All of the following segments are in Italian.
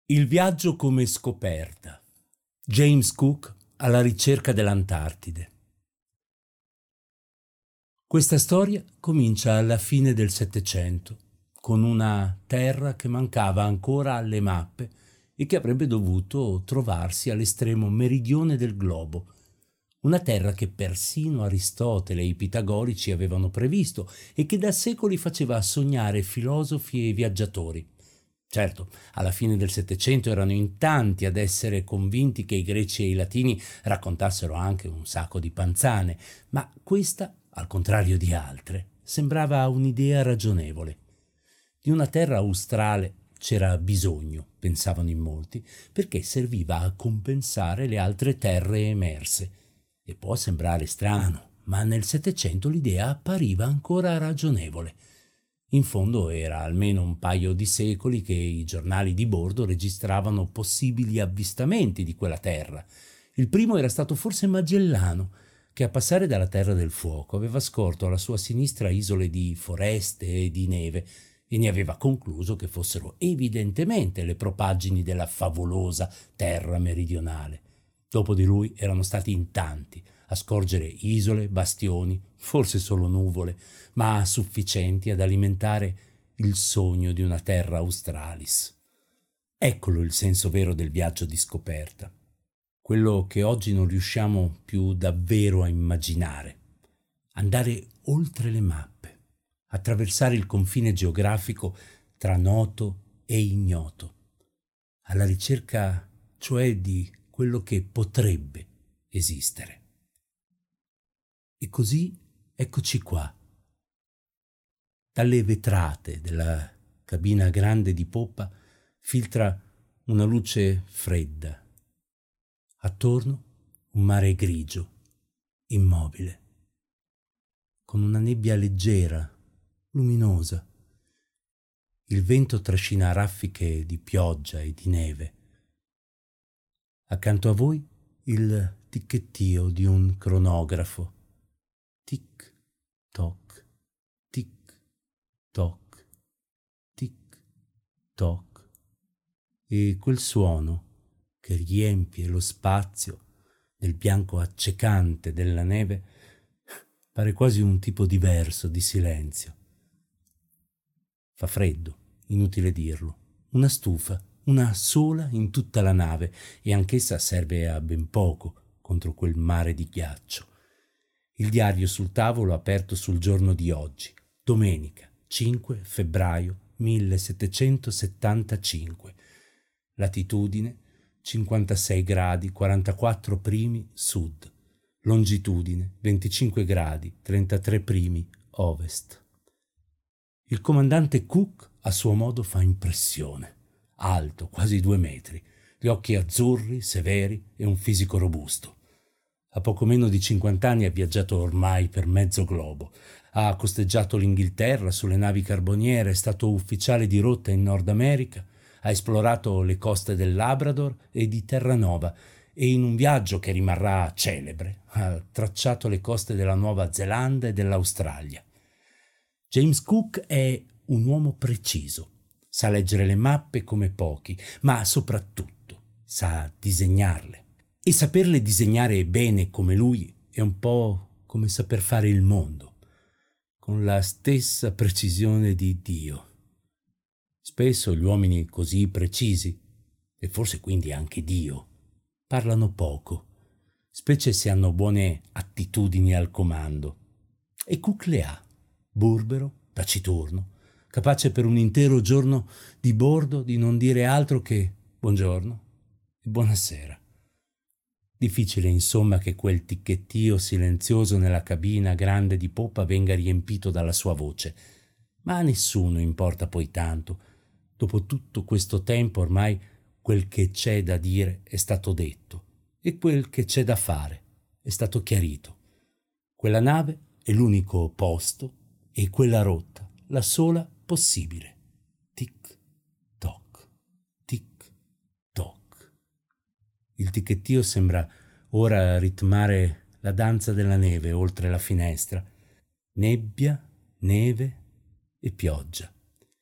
Il viaggio come scoperta. James Cook alla ricerca dell'Antartide. Questa storia comincia alla fine del Settecento, con una terra che mancava ancora alle mappe e che avrebbe dovuto trovarsi all'estremo meridione del globo. Una terra che persino Aristotele e i pitagorici avevano previsto e che da secoli faceva sognare filosofi e viaggiatori. Certo, alla fine del Settecento erano in tanti ad essere convinti che i greci e i latini raccontassero anche un sacco di panzane, ma questa, al contrario di altre, sembrava un'idea ragionevole. Di una terra australe c'era bisogno, pensavano in molti, perché serviva a compensare le altre terre emerse. E può sembrare strano, ma nel Settecento l'idea appariva ancora ragionevole. In fondo era almeno un paio di secoli che i giornali di bordo registravano possibili avvistamenti di quella terra. Il primo era stato forse Magellano, che a passare dalla Terra del Fuoco aveva scorto alla sua sinistra isole di foreste e di neve e ne aveva concluso che fossero evidentemente le propaggini della favolosa terra meridionale. Dopo di lui erano stati in tanti a scorgere isole, bastioni, forse solo nuvole, ma sufficienti ad alimentare il sogno di una terra australis. Eccolo il senso vero del viaggio di scoperta, quello che oggi non riusciamo più davvero a immaginare. Andare oltre le mappe, attraversare il confine geografico tra noto e ignoto, alla ricerca cioè di quello che potrebbe esistere. E così eccoci qua. Dalle vetrate della cabina grande di poppa filtra una luce fredda. Attorno un mare grigio, immobile, con una nebbia leggera, luminosa. Il vento trascina raffiche di pioggia e di neve. Accanto a voi il ticchettio di un cronografo. Tic, toc, tic, toc, tic, toc. E quel suono che riempie lo spazio nel bianco accecante della neve pare quasi un tipo diverso di silenzio. Fa freddo, inutile dirlo. Una stufa, una sola in tutta la nave, e anch'essa serve a ben poco contro quel mare di ghiaccio. Il diario sul tavolo aperto sul giorno di oggi, domenica 5 febbraio 1775. Latitudine 56 gradi 44 primi sud, longitudine 25 gradi 33 primi ovest. Il comandante Cook a suo modo fa impressione. Alto, quasi 2 metri, gli occhi azzurri, severi e un fisico robusto. A poco meno di 50 anni ha viaggiato ormai per mezzo globo. Ha costeggiato l'Inghilterra sulle navi carboniere, è stato ufficiale di rotta in Nord America, ha esplorato le coste del Labrador e di Terranova e in un viaggio che rimarrà celebre ha tracciato le coste della Nuova Zelanda e dell'Australia. James Cook è un uomo preciso, sa leggere le mappe come pochi, ma soprattutto sa disegnarle. E saperle disegnare bene come lui è un po' come saper fare il mondo, con la stessa precisione di Dio. Spesso gli uomini così precisi, e forse quindi anche Dio, parlano poco, specie se hanno buone attitudini al comando. E Cook le ha, burbero, taciturno, capace per un intero giorno di bordo di non dire altro che buongiorno e buonasera. Difficile, insomma, che quel ticchettio silenzioso nella cabina grande di poppa venga riempito dalla sua voce. Ma a nessuno importa poi tanto. Dopo tutto questo tempo ormai quel che c'è da dire è stato detto e quel che c'è da fare è stato chiarito. Quella nave è l'unico posto e quella rotta la sola possibile. Tic, toc, tic, toc. Il ticchettio sembra ora ritmare la danza della neve oltre la finestra. Nebbia, neve e pioggia.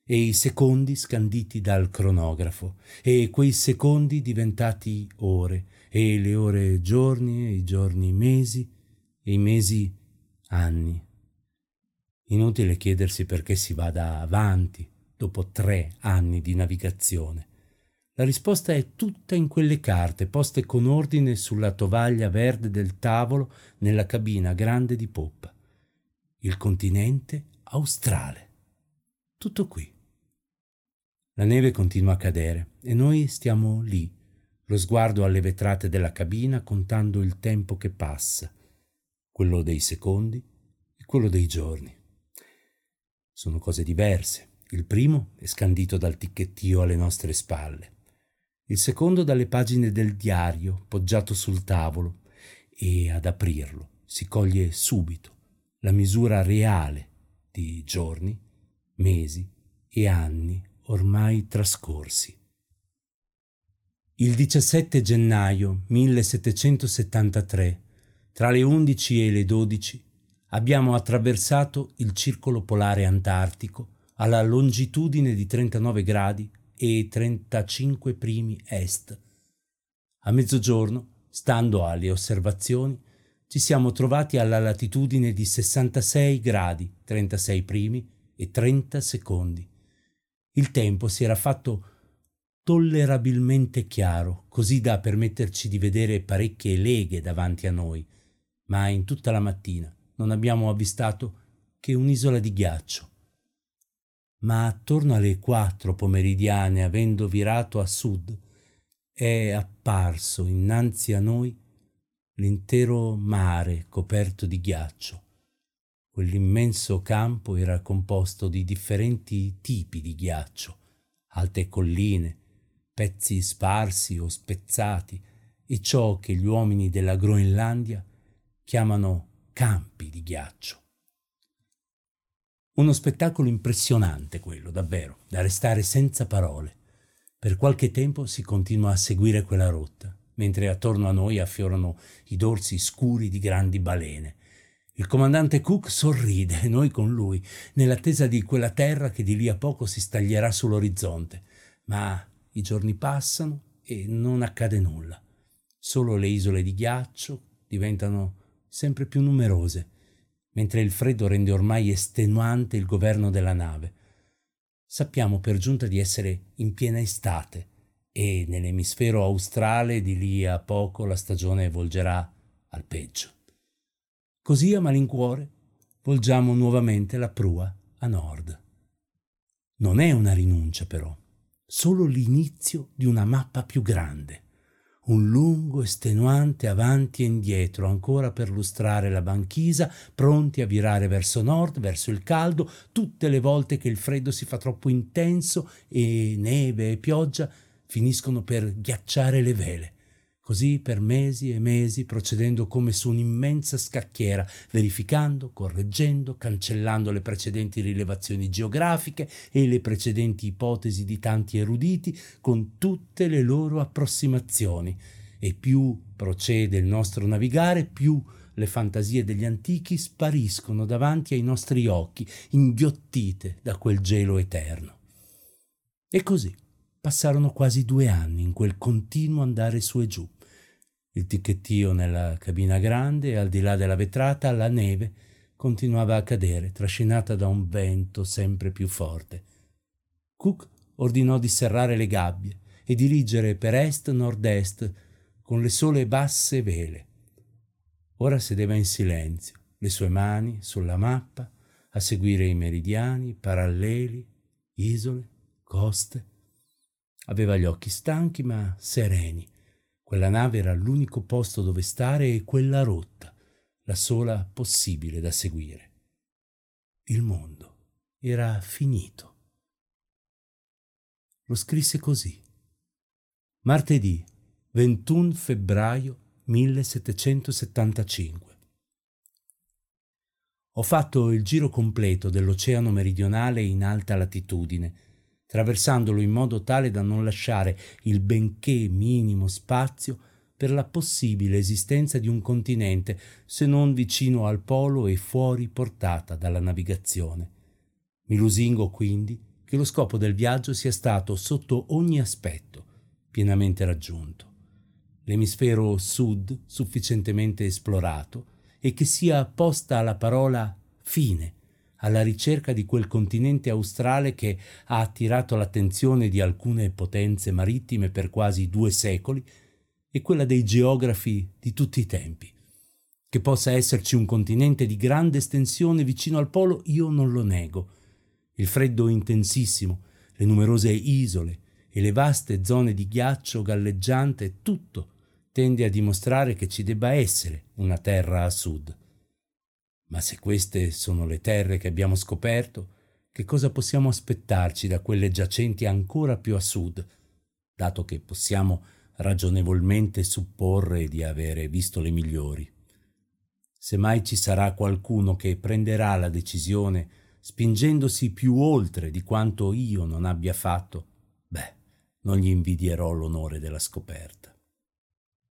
e i secondi scanditi dal cronografo, e quei secondi diventati ore, e le ore giorni, e i giorni mesi, e i mesi anni. Inutile chiedersi perché si vada avanti dopo 3 anni di navigazione. La risposta è tutta in quelle carte poste con ordine sulla tovaglia verde del tavolo nella cabina grande di poppa. Il continente australe. Tutto qui. La neve continua a cadere e noi stiamo lì, lo sguardo alle vetrate della cabina, contando il tempo che passa, quello dei secondi e quello dei giorni. Sono cose diverse. Il primo è scandito dal ticchettio alle nostre spalle, il secondo dalle pagine del diario poggiato sul tavolo, e ad aprirlo si coglie subito la misura reale di giorni, mesi e anni ormai trascorsi. Il 17 gennaio 1773, tra le 11 e le 12, abbiamo attraversato il circolo polare antartico alla longitudine di 39 gradi e 35 primi est. A mezzogiorno, stando alle osservazioni, ci siamo trovati alla latitudine di 66 gradi, 36 primi e 30 secondi. Il tempo si era fatto tollerabilmente chiaro, così da permetterci di vedere parecchie leghe davanti a noi, ma in tutta la mattina non abbiamo avvistato che un'isola di ghiaccio. Ma attorno alle 4 pomeridiane, avendo virato a sud, è apparso innanzi a noi l'intero mare coperto di ghiaccio. Quell'immenso campo era composto di differenti tipi di ghiaccio, alte colline, pezzi sparsi o spezzati, e ciò che gli uomini della Groenlandia chiamano campi di ghiaccio. Uno spettacolo impressionante quello, davvero, da restare senza parole. Per qualche tempo si continua a seguire quella rotta, mentre attorno a noi affiorano i dorsi scuri di grandi balene. Il comandante Cook sorride, e noi con lui, nell'attesa di quella terra che di lì a poco si staglierà sull'orizzonte. Ma i giorni passano e non accade nulla. Solo le isole di ghiaccio diventano sempre più numerose, mentre il freddo rende ormai estenuante il governo della nave. Sappiamo per giunta di essere in piena estate e nell'emisfero australe di lì a poco la stagione volgerà al peggio. Così a malincuore volgiamo nuovamente la prua a nord. Non è una rinuncia però, solo l'inizio di una mappa più grande. Un lungo estenuante avanti e indietro, ancora per lustrare la banchisa, pronti a virare verso nord, verso il caldo, tutte le volte che il freddo si fa troppo intenso e neve e pioggia finiscono per ghiacciare le vele. Così per mesi e mesi, procedendo come su un'immensa scacchiera, verificando, correggendo, cancellando le precedenti rilevazioni geografiche e le precedenti ipotesi di tanti eruditi, con tutte le loro approssimazioni. E più procede il nostro navigare, più le fantasie degli antichi spariscono davanti ai nostri occhi, inghiottite da quel gelo eterno. E così passarono quasi 2 anni in quel continuo andare su e giù. Il ticchettio nella cabina grande e al di là della vetrata la neve continuava a cadere, trascinata da un vento sempre più forte. Cook ordinò di serrare le gabbie e dirigere per est-nord-est con le sole basse vele. Ora sedeva in silenzio, le sue mani sulla mappa, a seguire i meridiani, paralleli, isole, coste. Aveva gli occhi stanchi ma sereni. Quella nave era l'unico posto dove stare e quella rotta, la sola possibile da seguire. Il mondo era finito. Lo scrisse così. Martedì 21 febbraio 1775. Ho fatto il giro completo dell'oceano meridionale in alta latitudine, traversandolo in modo tale da non lasciare il benché minimo spazio per la possibile esistenza di un continente, se non vicino al polo e fuori portata dalla navigazione. Mi lusingo quindi che lo scopo del viaggio sia stato sotto ogni aspetto pienamente raggiunto, l'emisfero sud sufficientemente esplorato e che sia posta la parola fine alla ricerca di quel continente australe che ha attirato l'attenzione di alcune potenze marittime per quasi 2 secoli e quella dei geografi di tutti i tempi. Che possa esserci un continente di grande estensione vicino al polo, io non lo nego. Il freddo intensissimo, le numerose isole e le vaste zone di ghiaccio galleggiante, tutto tende a dimostrare che ci debba essere una terra a sud. Ma se queste sono le terre che abbiamo scoperto, che cosa possiamo aspettarci da quelle giacenti ancora più a sud, dato che possiamo ragionevolmente supporre di avere visto le migliori? Se mai ci sarà qualcuno che prenderà la decisione spingendosi più oltre di quanto io non abbia fatto, non gli invidierò l'onore della scoperta.